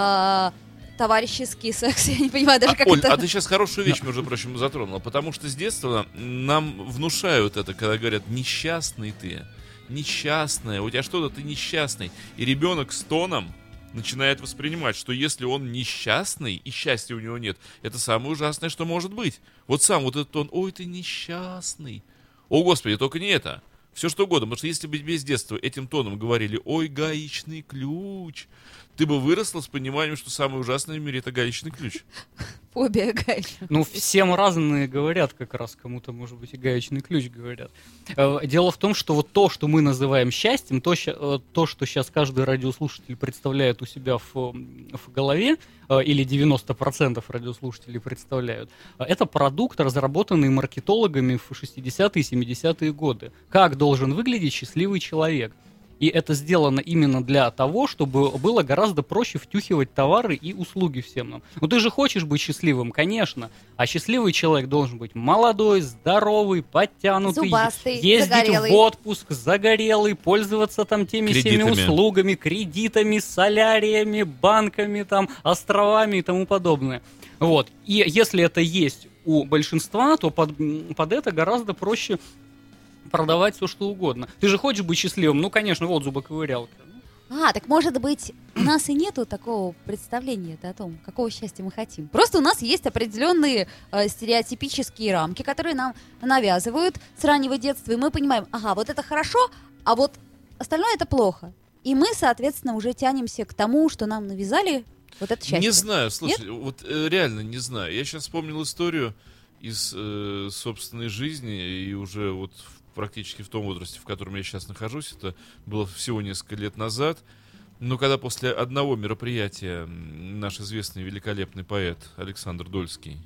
товарищеский секс, я не понимаю даже, как Оль, это... а ты сейчас хорошую вещь, между прочим, затронула, потому что с детства нам внушают это, когда говорят, несчастный ты, несчастная, у тебя что-то, ты несчастный. И ребенок с тоном начинает воспринимать, что если он несчастный, и счастья у него нет, это самое ужасное, что может быть. Вот сам вот этот тон, ой, ты несчастный. О, Господи, только не это. Все что угодно, потому что если бы тебе с детства этим тоном говорили, ой, гаечный ключ, ты бы выросла с пониманием, что самое ужасное в мире — это гаечный ключ. Фобия гаечная. Ну, всем разные говорят как раз, кому-то, может быть, и гаечный ключ говорят. Дело в том, что вот то, что мы называем счастьем, то, что сейчас каждый радиослушатель представляет у себя в голове, или 90% радиослушателей представляют, это продукт, разработанный маркетологами в 60-е и 70-е годы. Как должен выглядеть счастливый человек. И это сделано именно для того, чтобы было гораздо проще втюхивать товары и услуги всем нам. Ну ты же хочешь быть счастливым, конечно. А счастливый человек должен быть молодой, здоровый, подтянутый, Зубастый, ездить загорелый. в отпуск, загорелый, пользоваться там теми всеми Кредитами. услугами, кредитами, соляриями, банками, там, островами и тому подобное. Вот. И если это есть у большинства, то под это гораздо проще продавать все, что угодно. Ты же хочешь быть счастливым? Ну, конечно, вот зубоковырялка. Так может быть, у нас и нету такого представления о том, какого счастья мы хотим. Просто у нас есть определенные стереотипические рамки, которые нам навязывают с раннего детства, и мы понимаем, ага, вот это хорошо, а вот остальное это плохо. И мы, соответственно, уже тянемся к тому, что нам навязали вот это счастье. Не знаю, слушай, вот реально не знаю. Я сейчас вспомнил историю из собственной жизни, и уже вот практически в том возрасте, в котором я сейчас нахожусь, это было всего несколько лет назад, но когда после одного мероприятия наш известный великолепный поэт Александр Дольский,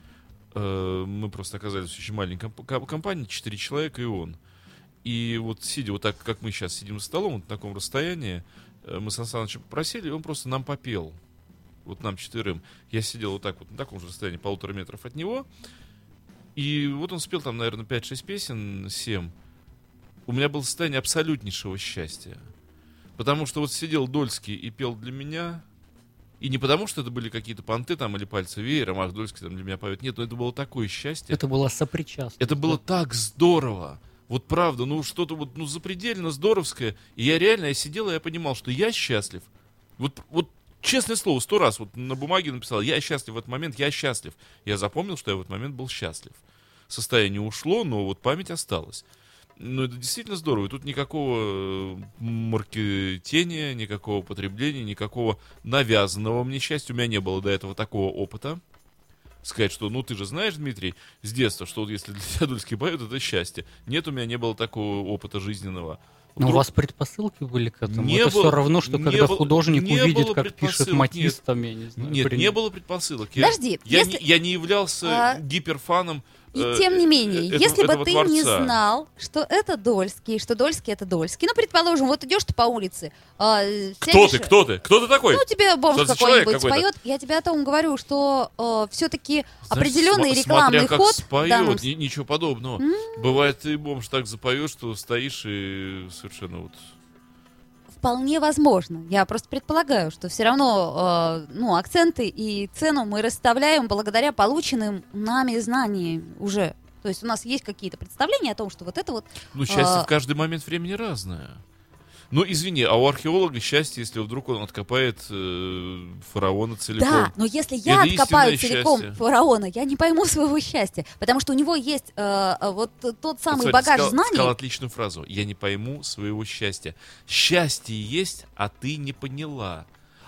мы просто оказались в очень маленькой компании, 4 человека и он. И вот сидя вот так, как мы сейчас сидим за столом, вот на таком расстоянии, мы Сан Саныча попросили, и он просто нам попел. Вот нам 4. Я сидел вот так вот на таком же расстоянии, 1,5 метров от него. И вот он спел там, наверное, 5-6 песен, 7. У меня было состояние абсолютнейшего счастья. Потому что вот сидел Дольский и пел для меня. И не потому, что это были какие-то понты там или пальцы веером, ах, Дольский там для меня поет. Нет, но это было такое счастье. Это была сопричастность. Это было так здорово. Вот правда, ну что-то вот ну, запредельно здоровское. И я сидел, и я понимал, что я счастлив. Вот честное слово, 100 раз вот на бумаге написал, я счастлив в этот момент, я счастлив. Я запомнил, что я в этот момент был счастлив. Состояние ушло, но вот память осталась. Ну, это действительно здорово. И тут никакого маркетения, никакого потребления, никакого навязанного мне счастья. У меня не было до этого такого опыта. Сказать, что, ну, ты же знаешь, Дмитрий, с детства, что вот если для тебя Дольский поет, это счастье. Нет, у меня не было такого опыта жизненного. Но у вас предпосылки были к этому? Не это было- все равно, что не когда было- художник не увидит, было как пишет предпосылок, Матисс, там, я не знаю. Нет, блин. не было предпосылок. Подожди, если- я не являлся А, гиперфаном. И тем не менее, если бы этого ты творца. не знал, что это Дольский, что Дольский это Дольский, ну, предположим, вот идешь ты по улице, Кто сядешь- ты? Кто ты? Кто ты такой? Ну, тебе бомж Что за человек какой-нибудь какой-то? споет. Я тебе о том говорю, что все-таки Знаешь, определенный рекламный смотря как ход... споет, в данном ничего подобного. Бывает, ты бомж так запоешь, что стоишь и совершенно вот... Вполне возможно. Я просто предполагаю, что все равно акценты и цену мы расставляем благодаря полученным нами знаниям уже. То есть у нас есть какие-то представления о том, что вот это вот... Ну, счастье в каждый момент времени разное. Ну, извини, а у археолога счастье, если вдруг он откопает фараона целиком. Да, но если я Это откопаю истинное целиком счастье. фараона, я не пойму своего счастья. Потому что у него есть вот тот самый Вот смотри, багаж сказал знаний. отличную фразу. Я не пойму своего счастья. Счастье есть, а ты не поняла.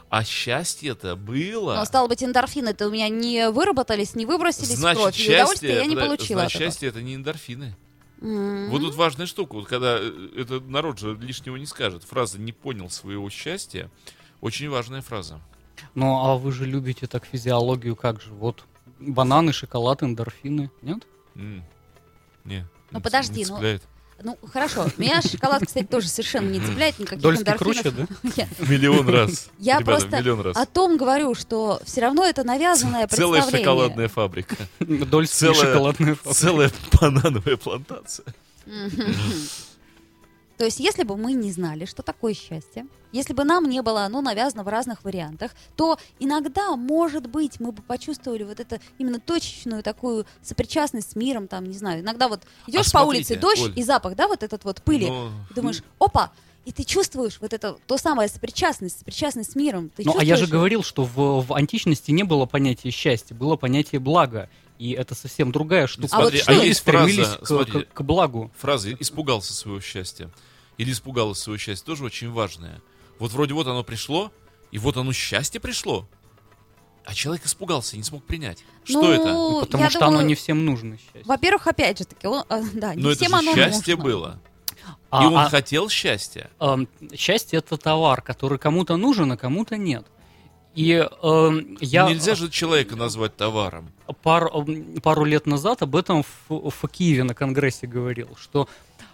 А счастье-то было. Но, стало быть, эндорфины-то у меня не выработались, не выбросились в Значит, кровь. И удовольствия я не подожди, получила значит, от этого. счастье — это не эндорфины. М. Вот тут важная штука. Вот когда это народ же лишнего не скажет. Фраза «не понял своего счастья» — очень важная фраза. Ну, а вы же любите так физиологию, как же? Вот бананы, шоколад, эндорфины, нет? Не. Ну, не подожди, ну, цепляет. Ну, хорошо. Меня шоколад, кстати, тоже совершенно не цепляет, никаких Дольский эндорфинов. круче, да? Миллион раз. Я Ребята, просто миллион раз. о том говорю, что все равно это навязанное Целая представление. шоколадная фабрика. Дольская шоколадная фабрика. Целая банановая плантация. То есть, если бы мы не знали, что такое счастье, если бы нам не было оно навязано в разных вариантах, то иногда, может быть, мы бы почувствовали вот это именно точечную такую сопричастность с миром, там, не знаю, иногда вот идешь по смотрите, улице, дождь Оль. и запах, да, вот этот вот пыли, Ну, и думаешь, опа, и ты чувствуешь вот это, то самое сопричастность с миром. Ты Ну, а я же чувствуешь говорил, что в античности не было понятия счастья, было понятие блага. И это совсем другая штука. А вот смотри, что а это? есть стремились фраза, смотри, к благу. фраза «испугался своего счастья» или «испугалась своего счастья» тоже очень важная. Вот вроде вот оно пришло, и вот оно счастье пришло, а человек испугался и не смог принять. Что Ну, это? Ну, потому я что думаю, оно не всем нужно счастье. Во-первых, опять же таки, да, не Но это всем же оно счастье нужно. было. И он А хотел счастья. счастье — это товар, который кому-то нужен, а кому-то нет. И я Нельзя же человека назвать товаром. пару лет назад об этом в Киеве на конгрессе говорил, что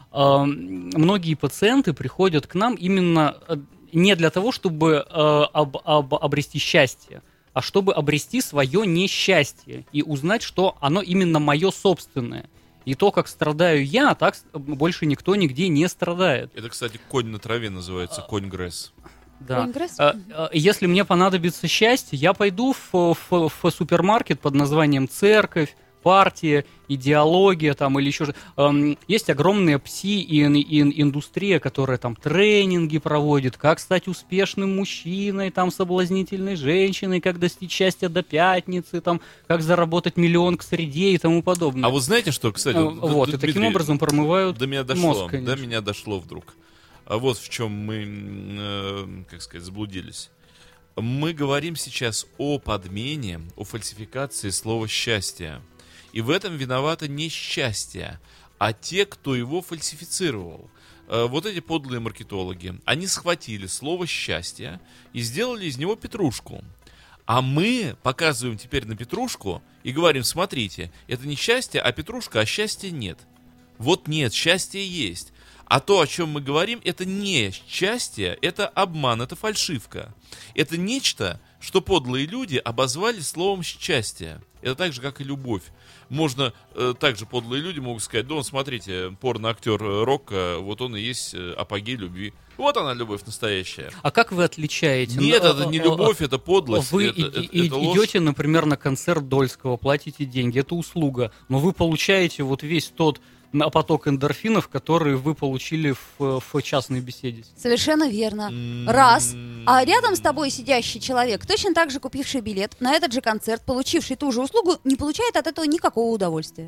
многие пациенты приходят к нам именно не для того, чтобы обрести счастье, а чтобы обрести свое несчастье и узнать, что оно именно мое собственное. И то, как страдаю я, так больше никто нигде не страдает. Это, кстати, конь на траве называется, конь-гресс. Да. Конгресс? Если мне понадобится счастье, я пойду в супермаркет под названием «Церковь», «Партия», «Идеология» там, или еще что-то. Есть огромная индустрия, которая там тренинги проводит, как стать успешным мужчиной, там, соблазнительной женщиной, как достичь счастья до пятницы, там, как заработать миллион к среде и тому подобное. А вот знаете что, кстати? Вот, и таким Дмитрий, образом промывают до меня дошло, мозг, конечно. до меня дошло вдруг. А вот в чем мы, как сказать, заблудились. Мы говорим сейчас о подмене, о фальсификации слова «счастье». И в этом виновато не счастье, а те, кто его фальсифицировал. Вот эти подлые маркетологи, они схватили слово «счастье» и сделали из него петрушку. А мы показываем теперь на петрушку и говорим: смотрите, это не счастье, а петрушка, а счастья нет. Вот нет, счастье есть. А то, о чем мы говорим, это не счастье, это обман, это фальшивка. Это нечто, что подлые люди обозвали словом «счастье». Это так же, как и любовь. Можно, также подлые люди могут сказать: да, смотрите, порно-актер Рокко, вот он и есть апогей любви. Вот она, любовь настоящая. А как вы отличаете? Нет, это не любовь, это подлость. Вы это ложь. идете, например, на концерт Дольского, платите деньги, это услуга, но вы получаете вот весь тот поток эндорфинов, которые вы получили в частной беседе. Совершенно верно. Раз. А рядом с тобой сидящий человек, точно так же купивший билет на этот же концерт, получивший ту же услугу, не получает от этого никакого удовольствия.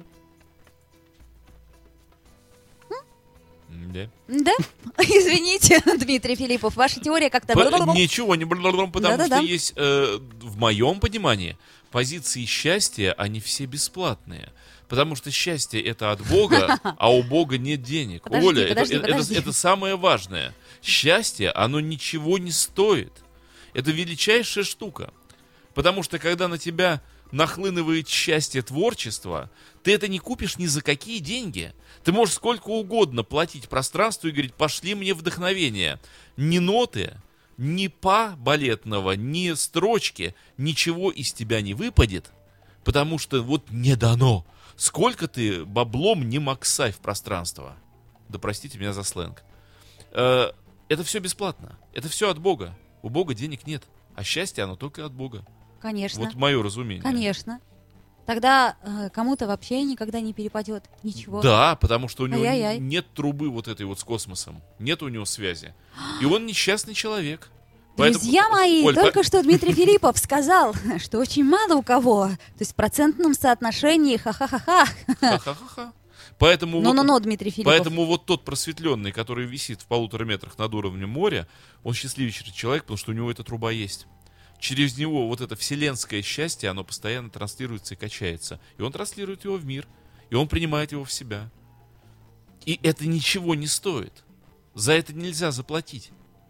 Да. Да? Извините, Дмитрий Филиппов, ваша теория как-то... Ничего не потому Да-да-да. что есть, в моем понимании, позиции счастья, они все бесплатные. Потому что счастье — это от Бога, а у Бога нет денег. Подожди, Оля, подожди. это самое важное. Счастье, оно ничего не стоит. Это величайшая штука. Потому что когда на тебя нахлынывает счастье творчества, ты это не купишь ни за какие деньги. Ты можешь сколько угодно платить пространству и говорить: пошли мне вдохновение. Ни ноты, ни па балетного, ни строчки, ничего из тебя не выпадет, потому что вот не дано. Сколько ты баблом не максай в пространство. Да простите меня за сленг. Это все бесплатно. Это все от Бога. У Бога денег нет. А счастье, оно только от Бога. Конечно. Вот мое разумение. Конечно. Тогда кому-то вообще никогда не перепадет ничего. Да, потому что у него Ай-яй-яй. нет трубы вот этой вот с космосом. Нет у него связи. И он несчастный человек. Друзья мои, Оль, только что Дмитрий Филиппов сказал, что очень мало у кого, то есть в процентном соотношении ха-ха-ха-ха. Ха-ха-ха-ха. Поэтому, Дмитрий Филиппов. поэтому вот тот просветленный, который висит в 1,5 метрах над уровнем моря, он счастливейший человек, потому что у него эта труба есть. Через него вот это вселенское счастье, оно постоянно транслируется и качается. И он транслирует его в мир, и он принимает его в себя. И это ничего не стоит. За это нельзя заплатить.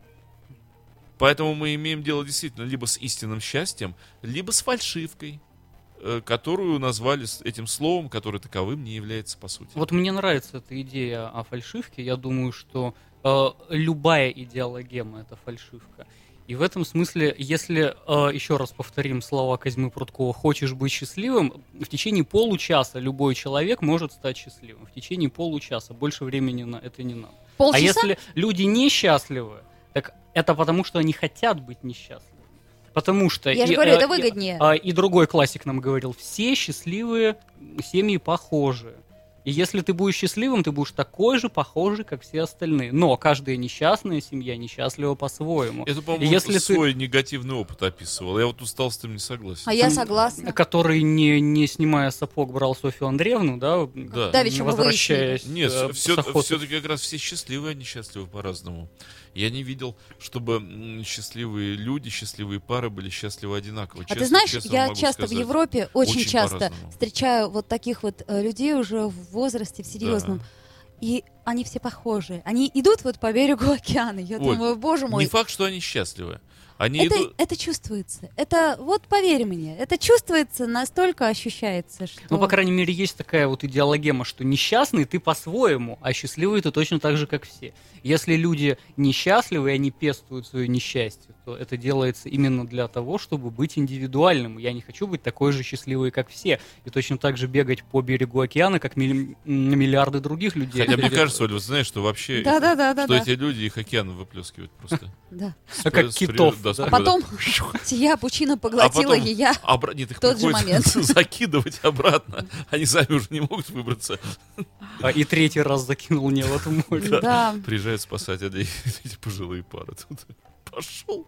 Поэтому мы имеем дело действительно либо с истинным счастьем, либо с фальшивкой, которую назвали этим словом, которое таковым не является по сути. Вот мне нравится эта идея о фальшивке. Я думаю, что любая идеологема — это фальшивка. И в этом смысле, если, еще раз повторим слова Козьмы Пруткова, хочешь быть счастливым, в течение получаса любой человек может стать счастливым. В течение получаса. Больше времени на это не надо. Полчаса? А если люди несчастливы, так это потому, что они хотят быть несчастливыми. Потому что... Я же говорю, это выгоднее. И другой классик нам говорил, все счастливые семьи похожи. И если ты будешь счастливым, ты будешь такой же похожий, как все остальные. Но каждая несчастная семья несчастлива по-своему. Это, по-моему, если свой негативный опыт описывал. Я вот тут стал с этим не согласен. А я согласна. Который, не снимая сапог, брал Софью Андреевну, да? Да. Давеча мы Возвращаясь... Нет, с охоты. все-таки как раз все счастливые, а не счастливы по-разному. Я не видел, чтобы счастливые люди, счастливые пары были счастливы одинаково. А ты знаешь, честно я могу часто сказать. в Европе очень Очень часто по-разному. встречаю вот таких вот людей уже в возрасте, в серьезном. Да. И они все похожи. Они идут вот по берегу океана. Я Оль, думаю, боже мой. Не факт, что они счастливы. Они идут... Это чувствуется. Это, вот поверь мне, это чувствуется, настолько ощущается, что... Ну, по крайней мере, есть такая вот идеологема, что несчастный ты по-своему, а счастливый ты точно так же, как все. Если люди несчастливы, и они пестуют свое несчастье, то это делается именно для того, чтобы быть индивидуальным. Я не хочу быть такой же счастливой, как все. И точно так же бегать по берегу океана, как миллиарды других людей. Хотя мне кажется, Оль, вы знаете, что вообще... Да. Что эти люди их океан выплескивают просто. Да. Как китов. Да, А потом сия пучина поглотила ее. Нет, их тот же приходится момент. закидывать обратно. Они сами уже не могут выбраться. И третий раз закинул не в это море. Да. Приезжают спасатели, эти пожилые пары. Тут пошел.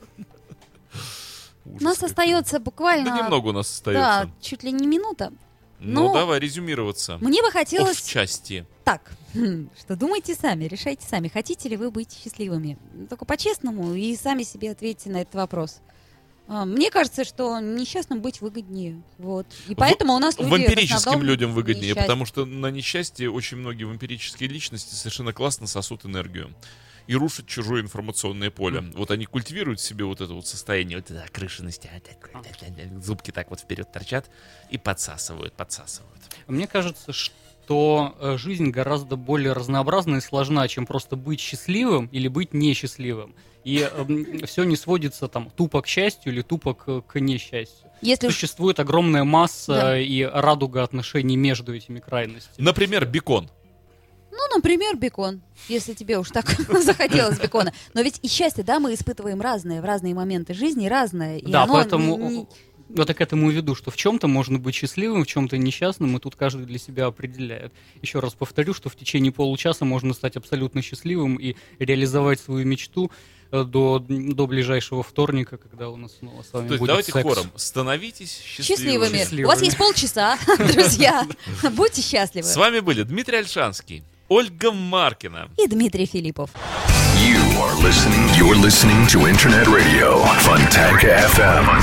У нас остается буквально... Да немного у нас Да, остается. чуть ли не минута. Ну, но- давай резюмироваться. Мне бы В хотелось... части. Так, что думайте сами, решайте сами, хотите ли вы быть счастливыми. Только по-честному и сами себе ответьте на этот вопрос. Мне кажется, что несчастным быть выгоднее. Вот. И поэтому у нас люди Вампирическим в основном людям выгоднее, несчастье. потому что на несчастье очень многие вампирические личности совершенно классно сосут энергию и рушат чужое информационное поле. Вот они культивируют в себе вот это вот состояние, вот эта крышенность, зубки так вот вперед торчат и подсасывают. Мне кажется, что жизнь гораздо более разнообразна и сложна, чем просто быть счастливым или быть несчастливым. И все не сводится там тупо к счастью или тупо к несчастью. Если уж- Существует огромная масса Да. и радуга отношений между этими крайностями. Например, бекон. Ну, например, бекон, если тебе уж так захотелось бекона. Но ведь и счастье, да, мы испытываем разное, в разные моменты жизни разное. И Да, оно поэтому не- вот я к этому и веду, что в чем-то можно быть счастливым, в чем-то несчастным, и тут каждый для себя определяет. Еще раз повторю, что в течение получаса можно стать абсолютно счастливым и реализовать свою мечту до ближайшего вторника, когда у нас снова с вами То есть будет давайте секс. хором. Становитесь счастливыми. Счастливыми. У вас есть полчаса, друзья. Будьте счастливы. С вами были Дмитрий Ольшанский, Ольга Маркина. И Дмитрий Филиппов. You're listening to Internet Radio, Fontanka FM.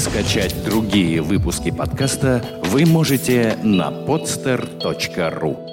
Скачать другие выпуски подкаста вы можете на podster.ru.